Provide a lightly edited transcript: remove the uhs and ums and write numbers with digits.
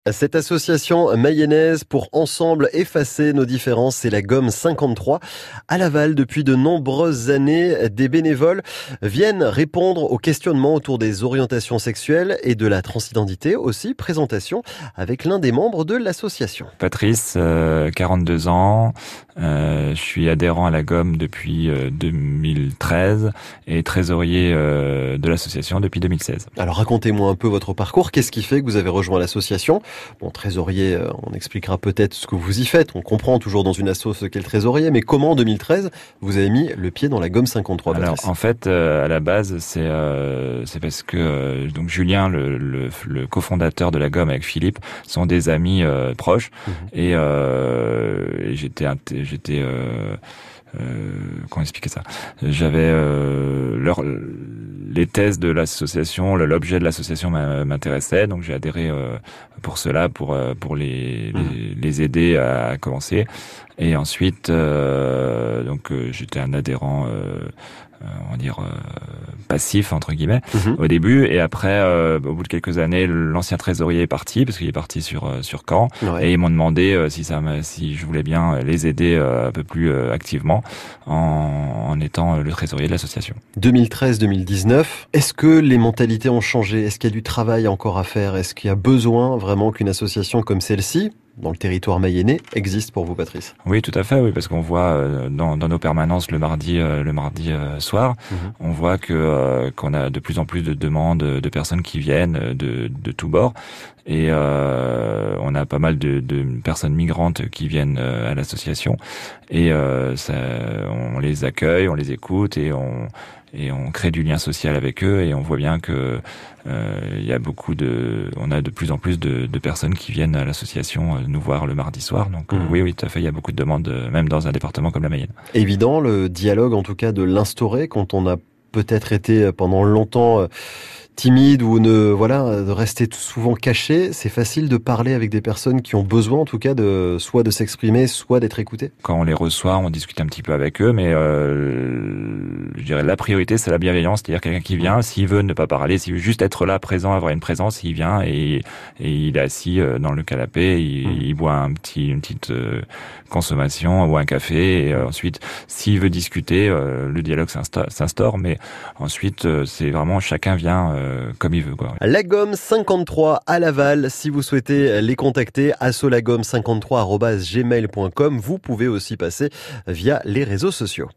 Cette association mayonnaise pour ensemble effacer nos différences, c'est la Gomme 53. À Laval, depuis de nombreuses années, des bénévoles viennent répondre aux questionnements autour des orientations sexuelles et de la transidentité aussi. Présentation avec l'un des membres de l'association. Patrice, 42 ans, je suis adhérent à la Gomme depuis 2013 et trésorier de l'association depuis 2016. Alors racontez-moi un peu votre parcours. Qu'est-ce qui fait que vous avez rejoint l'association ? Bon, trésorier, on expliquera peut-être ce que vous y faites. On comprend toujours dans une asso ce qu'est le trésorier, mais comment en 2013 vous avez mis le pied dans la Gomme 53, Patrice ? Alors en fait, à la base, c'est parce que donc Julien, le cofondateur de la Gomme avec Philippe, sont des amis proches et j'étais comment expliquer ça ? J'avais les thèses de l'association, l'objet de l'association m'intéressait, donc j'ai adhéré pour cela, pour les aider à commencer. Et ensuite, j'étais un adhérent, on va dire passif entre guillemets au début, et après, au bout de quelques années, l'ancien trésorier est parti parce qu'il est parti sur Caen, et ils m'ont demandé si je voulais bien les aider un peu plus activement en étant le trésorier de l'association. 2013-2019, est-ce que les mentalités ont changé ? Est-ce qu'il y a du travail encore à faire ? Est-ce qu'il y a besoin vraiment qu'une association comme celle-ci, dans le territoire mayennais, existe pour vous, Patrice ? Oui, tout à fait, oui, parce qu'on voit dans nos permanences le mardi soir, on voit qu'on a de plus en plus de demandes de personnes qui viennent de tous bords, et on a pas mal de personnes migrantes qui viennent à l'association, et on les accueille, on les écoute, et on crée du lien social avec eux, et on voit bien que on a de plus en plus de personnes qui viennent à l'association nous voir le mardi soir. Donc oui, tout à fait, il y a beaucoup de demandes, même dans un département comme la Mayenne. Évident, le dialogue, en tout cas, de l'instaurer quand on a peut-être été pendant longtemps timide ou de rester souvent caché. C'est facile de parler avec des personnes qui ont besoin, en tout cas, soit de s'exprimer, soit d'être écoutées. Quand on les reçoit, on discute un petit peu avec eux, mais je dirais la priorité, c'est la bienveillance, c'est-à-dire quelqu'un qui vient, s'il veut ne pas parler, s'il veut juste être là, présent, avoir une présence, il vient et il est assis dans le canapé, il boit une petite consommation ou un café, et ensuite, s'il veut discuter, le dialogue s'instaure, mais ensuite, c'est vraiment chacun vient comme il veut, quoi. La Gomme 53 à Laval, si vous souhaitez les contacter, assolagom53@gmail.com. Vous pouvez aussi passer via les réseaux sociaux.